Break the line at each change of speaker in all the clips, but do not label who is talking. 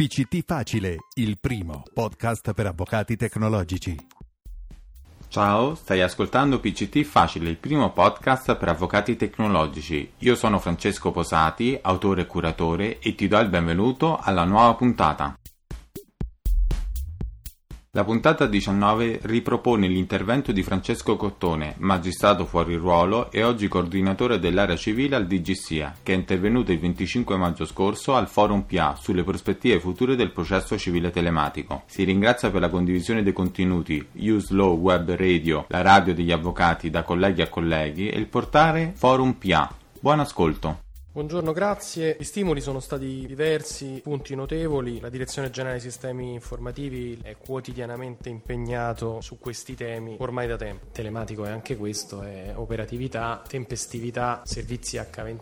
PCT Facile, il primo podcast per avvocati tecnologici.
Ciao, stai ascoltando PCT Facile, il primo podcast per avvocati tecnologici. Io sono Francesco Posati, autore e curatore, e ti do il benvenuto alla nuova puntata. La puntata 19 ripropone l'intervento di Francesco Cottone, magistrato fuori ruolo e oggi coordinatore dell'area civile al DGSIA, che è intervenuto il 25 maggio scorso al Forum PA sulle prospettive future del processo civile telematico. Si ringrazia per la condivisione dei contenuti Use Law Web Radio, la radio degli avvocati da colleghi a colleghi, e il portale Forum PA. Buon ascolto.
Buongiorno, grazie. Gli stimoli sono stati diversi, punti notevoli. La Direzione Generale dei Sistemi Informativi è quotidianamente impegnato su questi temi ormai da tempo. Telematico è anche questo, è operatività, tempestività, servizi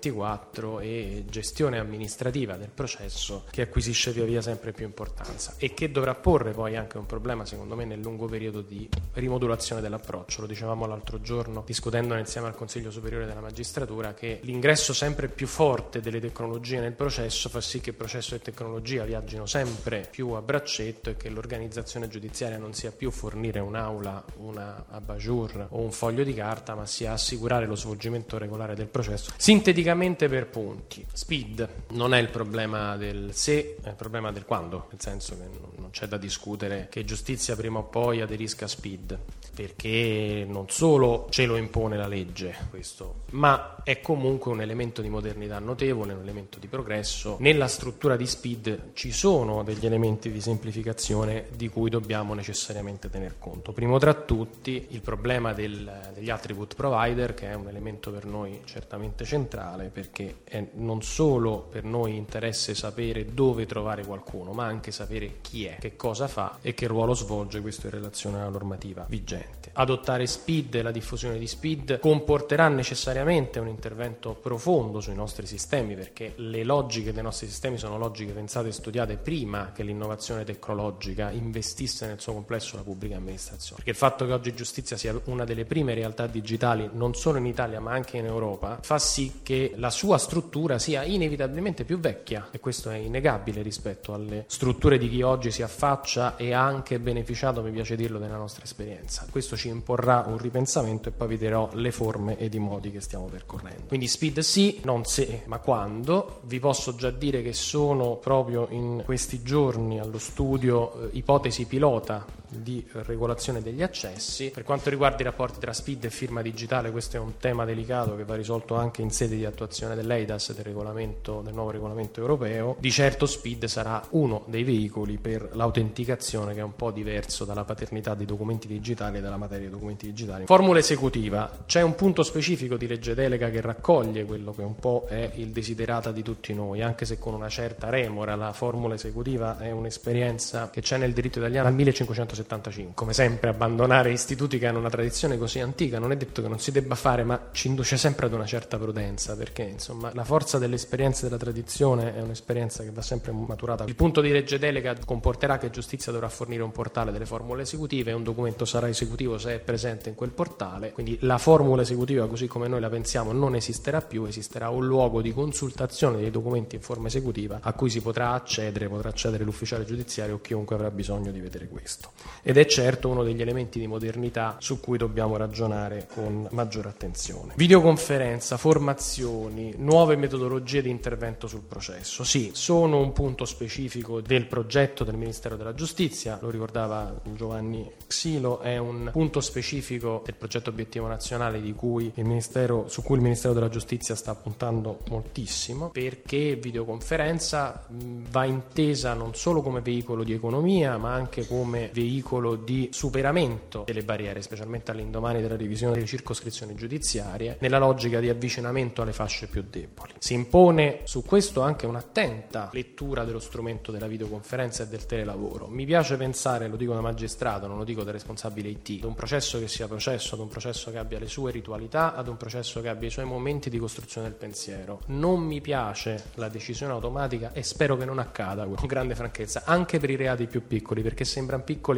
H24 e gestione amministrativa del processo che acquisisce via via sempre più importanza e che dovrà porre poi anche un problema, secondo me, nel lungo periodo di rimodulazione dell'approccio. Lo dicevamo l'altro giorno discutendo insieme al Consiglio Superiore della Magistratura che l'ingresso sempre più forte delle tecnologie nel processo fa sì che processo e tecnologia viaggino sempre più a braccetto e che l'organizzazione giudiziaria non sia più fornire un'aula, una abat-jour o un foglio di carta, ma sia assicurare lo svolgimento regolare del processo. Sinteticamente per punti: speed non è il problema del se, è il problema del quando, nel senso che non c'è da discutere che giustizia prima o poi aderisca a speed, perché non solo ce lo impone la legge questo, ma è comunque un elemento di modernità notevole, un elemento di progresso. Nella struttura di speed ci sono degli elementi di semplificazione di cui dobbiamo necessariamente tener conto. Primo tra tutti il problema degli attribute provider, che è un elemento per noi certamente centrale, perché è non solo per noi interesse sapere dove trovare qualcuno, ma anche sapere chi è, che cosa fa e che ruolo svolge, questo in relazione alla normativa vigente. Adottare speed e la diffusione di speed comporterà necessariamente un intervento profondo sui nostri sistemi, perché le logiche dei nostri sistemi sono logiche pensate e studiate prima che l'innovazione tecnologica investisse nel suo complesso la pubblica amministrazione. Perché il fatto che oggi giustizia sia una delle prime realtà digitali non solo in Italia ma anche in Europa fa sì che la sua struttura sia inevitabilmente più vecchia, e questo è innegabile rispetto alle strutture di chi oggi si affaccia e ha anche beneficiato, mi piace dirlo, della nostra esperienza. Questo ci imporrà un ripensamento e poi vi dirò le forme ed i modi che stiamo percorrendo. Quindi speed sì, non se ma quando. Vi posso già dire che sono proprio in questi giorni allo studio ipotesi pilota di regolazione degli accessi. Per quanto riguarda i rapporti tra speed e firma digitale, questo è un tema delicato che va risolto anche in sede di attuazione dell'eIDAS, del nuovo regolamento europeo. Di certo speed sarà uno dei veicoli per l'autenticazione, che è un po' diverso dalla paternità dei documenti digitali e dalla materia dei documenti digitali. Formula esecutiva: c'è un punto specifico di legge delega che raccoglie quello che un po' è il desiderata di tutti noi, anche se con una certa remora. La formula esecutiva è un'esperienza che c'è nel diritto italiano dal 1575. Come sempre, abbandonare istituti che hanno una tradizione così antica non è detto che non si debba fare, ma ci induce sempre ad una certa prudenza, perché insomma la forza dell'esperienza e della tradizione è un'esperienza che va sempre maturata. Il punto di legge delega comporterà che giustizia dovrà fornire un portale delle formule esecutive e un documento sarà esecutivo se è presente in quel portale. Quindi la formula esecutiva, così come noi la pensiamo, non esisterà più, esisterà un luogo di consultazione dei documenti in forma esecutiva a cui si potrà accedere l'ufficiale giudiziario o chiunque avrà bisogno di vedere questo. Ed è certo uno degli elementi di modernità su cui dobbiamo ragionare con maggiore attenzione. Videoconferenza, formazioni, nuove metodologie di intervento sul processo. Sì, sono un punto specifico del progetto del Ministero della Giustizia, lo ricordava Giovanni Xilo, è un punto specifico del progetto obiettivo nazionale su cui il Ministero della Giustizia sta puntando moltissimo, perché videoconferenza va intesa non solo come veicolo di economia, ma anche come veicolo di superamento delle barriere, specialmente all'indomani della revisione delle circoscrizioni giudiziarie, nella logica di avvicinamento alle fasce più deboli. Si impone su questo anche un'attenta lettura dello strumento della videoconferenza e del telelavoro. Mi piace pensare, lo dico da magistrato, non lo dico da responsabile IT, ad un processo che sia processo, ad un processo che abbia le sue ritualità, ad un processo che abbia i suoi momenti di costruzione del pensiero. Non mi piace la decisione automatica e spero che non accada, con grande franchezza, anche per i reati più piccoli, perché sembrano piccoli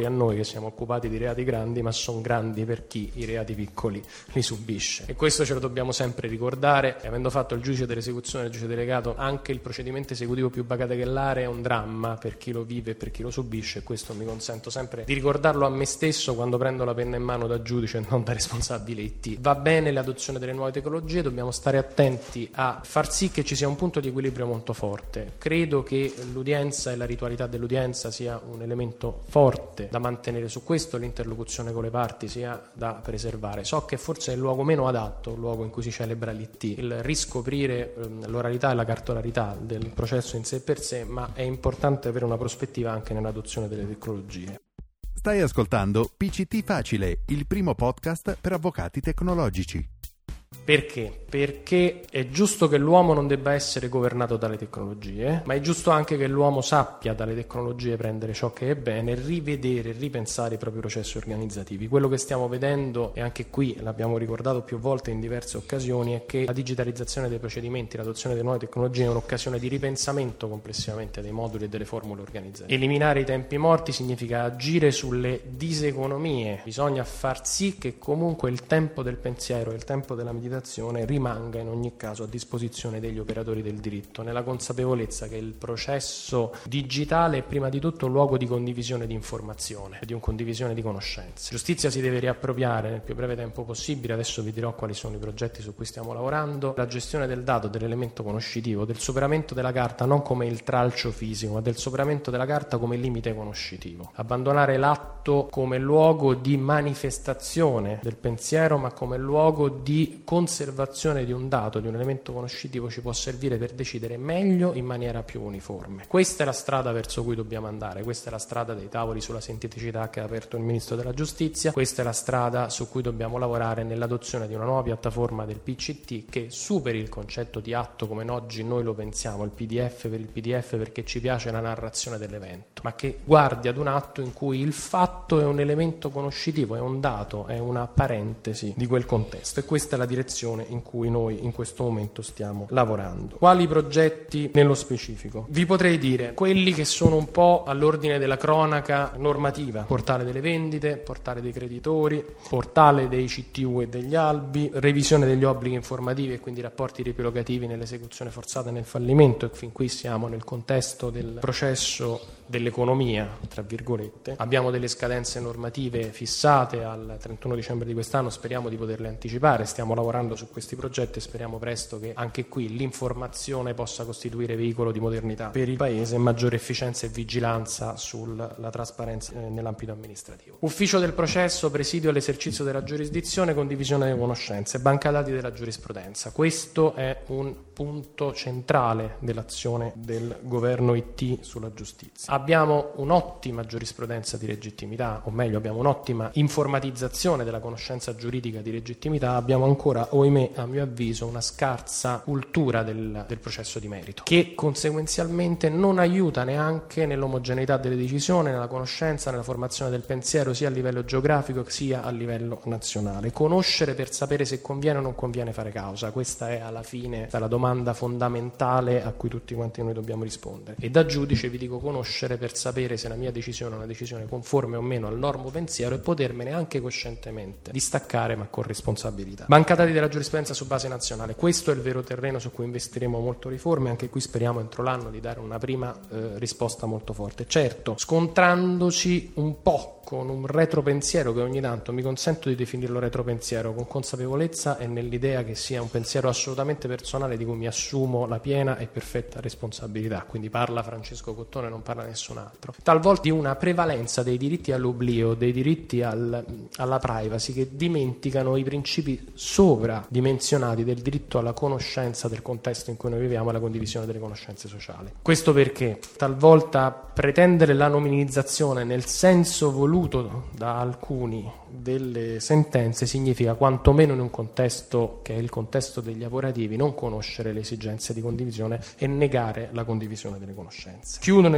a noi che siamo occupati di reati grandi, ma sono grandi per chi i reati piccoli li subisce. E questo ce lo dobbiamo sempre ricordare. E avendo fatto il giudice dell'esecuzione e il giudice delegato, anche il procedimento esecutivo più bagatellare è un dramma per chi lo vive e per chi lo subisce, e questo mi consento sempre di ricordarlo a me stesso quando prendo la penna in mano da giudice e non da responsabile IT. Va bene l'adozione delle nuove tecnologie, dobbiamo stare attenti a far sì che ci sia un punto di equilibrio molto forte. Credo che l'udienza e la ritualità dell'udienza sia un elemento forte da mantenere. Su questo l'interlocuzione con le parti sia da preservare. So che forse è il luogo meno adatto, il luogo in cui si celebra l'IT, il riscoprire l'oralità e la cartolarità del processo in sé per sé, ma è importante avere una prospettiva anche nell'adozione delle tecnologie.
Stai ascoltando PCT Facile, il primo podcast per avvocati tecnologici.
Perché? Perché è giusto che l'uomo non debba essere governato dalle tecnologie, ma è giusto anche che l'uomo sappia dalle tecnologie prendere ciò che è bene, rivedere, ripensare i propri processi organizzativi. Quello che stiamo vedendo, e anche qui l'abbiamo ricordato più volte in diverse occasioni, è che la digitalizzazione dei procedimenti, l'adozione delle nuove tecnologie è un'occasione di ripensamento complessivamente dei moduli e delle formule organizzative. Eliminare i tempi morti significa agire sulle diseconomie. Bisogna far sì che comunque il tempo del pensiero e il tempo della meditazione rimanga in ogni caso a disposizione degli operatori del diritto, nella consapevolezza che il processo digitale è prima di tutto un luogo di condivisione di informazione, di un condivisione di conoscenze. Giustizia si deve riappropriare nel più breve tempo possibile, adesso vi dirò quali sono i progetti su cui stiamo lavorando, la gestione del dato, dell'elemento conoscitivo, del superamento della carta non come il tralcio fisico, ma del superamento della carta come limite conoscitivo. Abbandonare l'atto come luogo di manifestazione del pensiero, ma come luogo di conservazione di un dato, di un elemento conoscitivo, ci può servire per decidere meglio in maniera più uniforme. Questa è la strada verso cui dobbiamo andare, questa è la strada dei tavoli sulla sinteticità che ha aperto il Ministro della Giustizia, questa è la strada su cui dobbiamo lavorare nell'adozione di una nuova piattaforma del PCT che superi il concetto di atto come oggi noi lo pensiamo, il PDF per il PDF perché ci piace la narrazione dell'evento, ma che guardi ad un atto in cui il fatto è un elemento conoscitivo, è un dato, è una parentesi di quel contesto, e questa è la direzione in cui noi in questo momento stiamo lavorando. Quali progetti nello specifico? Vi potrei dire quelli che sono un po' all'ordine della cronaca normativa: portale delle vendite, portale dei creditori, portale dei CTU e degli albi, revisione degli obblighi informativi e quindi rapporti riepilogativi nell'esecuzione forzata e nel fallimento, e fin qui siamo nel contesto del processo dell'economia, tra virgolette. Abbiamo delle scadenze normative fissate al 31 dicembre di quest'anno, speriamo di poterle anticipare, stiamo lavorando su questi progetti e speriamo presto che anche qui l'informazione possa costituire veicolo di modernità per il Paese e maggiore efficienza e vigilanza sulla trasparenza nell'ambito amministrativo. Ufficio del processo, presidio all'esercizio della giurisdizione, condivisione delle conoscenze, banca dati della giurisprudenza. Questo è un punto centrale dell'azione del governo IT sulla giustizia. Abbiamo un'ottima giurisprudenza di legittimità, o meglio abbiamo un'ottima informatizzazione della conoscenza giuridica di legittimità, abbiamo ancora, ohimè, a mio avviso, una scarsa cultura del processo di merito, che conseguenzialmente non aiuta neanche nell'omogeneità delle decisioni, nella conoscenza, nella formazione del pensiero, sia a livello geografico sia a livello nazionale. Conoscere per sapere se conviene o non conviene fare causa, questa è alla fine la domanda fondamentale a cui tutti quanti noi dobbiamo rispondere. E da giudice vi dico conoscere per sapere se la mia decisione è una decisione conforme o meno al normo pensiero e potermene anche coscientemente distaccare, ma con responsabilità. Banca dati della giurisprudenza su base nazionale, questo è il vero terreno su cui investiremo molto riforme, anche qui speriamo entro l'anno di dare una prima risposta molto forte, certo scontrandoci un po' con un retropensiero che ogni tanto mi consento di definirlo retropensiero con consapevolezza e nell'idea che sia un pensiero assolutamente personale di cui mi assumo la piena e perfetta responsabilità, quindi parla Francesco Cottone, non parla nessun altro, talvolta di una prevalenza dei diritti all'oblio, dei diritti alla privacy, che dimenticano i principi sovradimensionati del diritto alla conoscenza del contesto in cui noi viviamo e alla condivisione delle conoscenze sociali. Questo perché talvolta pretendere la nominalizzazione nel senso voluto da alcuni delle sentenze significa, quantomeno in un contesto che è il contesto degli lavorativi, non conoscere le esigenze di condivisione e negare la condivisione delle conoscenze. Chiudo negli ultimi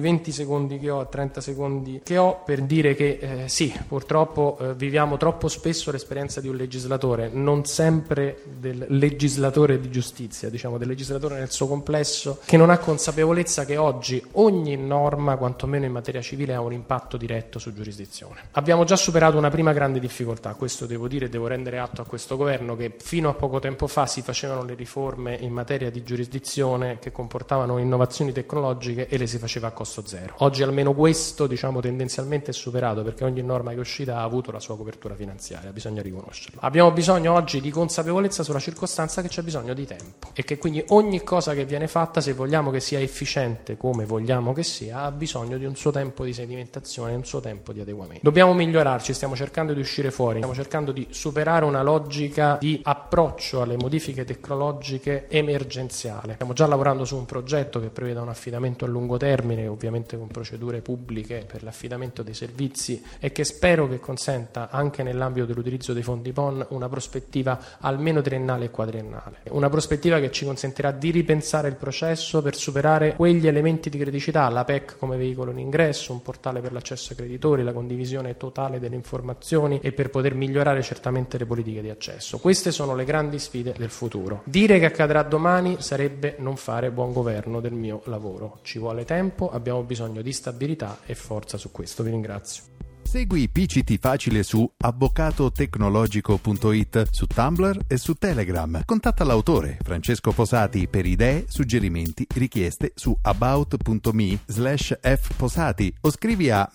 20 secondi che ho, 30 secondi che ho, per dire che sì, purtroppo viviamo troppo spesso l'esperienza di un legislatore, non sempre del legislatore di giustizia, diciamo del legislatore nel suo complesso, che non ha consapevolezza che oggi ogni norma, quantomeno in materia civile, ha un impatto diretto su giurisdizione. Abbiamo già superato una prima grande difficoltà, questo devo dire, devo rendere atto a questo governo, che fino a poco tempo fa si facevano le riforme in materia di giurisdizione che comportavano innovazioni tecnologiche e le si faceva a costo zero. Oggi almeno questo, diciamo, tendenzialmente è superato, perché ogni norma che è uscita ha avuto la sua copertura finanziaria, bisogna riconoscerlo. Abbiamo bisogno oggi di consapevolezza sulla circostanza che c'è bisogno di tempo e che quindi ogni cosa che viene fatta, se vogliamo che sia efficiente come vogliamo che sia, ha bisogno di un suo tempo di sedimentazione, un suo tempo di adeguamento. Dobbiamo migliorarci, stiamo cercando di uscire fuori, stiamo cercando di superare una logica di approccio alle modifiche tecnologiche emergenziale. Stiamo già lavorando su un progetto che preveda un affidamento a lungo termine, ovviamente con procedure pubbliche per l'affidamento dei servizi, e che spero che consenta anche nell'ambito dell'utilizzo dei fondi PON una prospettiva almeno triennale e quadriennale. Una prospettiva che ci consentirà di ripensare il processo per superare quegli elementi di criticità, la PEC come veicolo in ingresso, un portale per l'accesso ai creditori, la condivisione totale delle informazioni, e per poter migliorare certamente le politiche di accesso. Queste sono le grandi sfide del futuro. Dire che accadrà domani sarebbe non fare buon governo del mio lavoro. Ci vuole tempo, abbiamo bisogno di stabilità e forza su questo. Vi ringrazio.
Segui PCT Facile su avvocatotecnologico.it, su Tumblr e su Telegram. Contatta l'autore Francesco Posati per idee, suggerimenti, richieste su about.me/fposati o scrivi a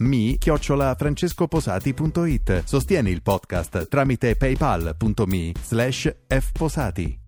mi@francescoposati.it. Sostieni il podcast tramite paypal.me/fposati.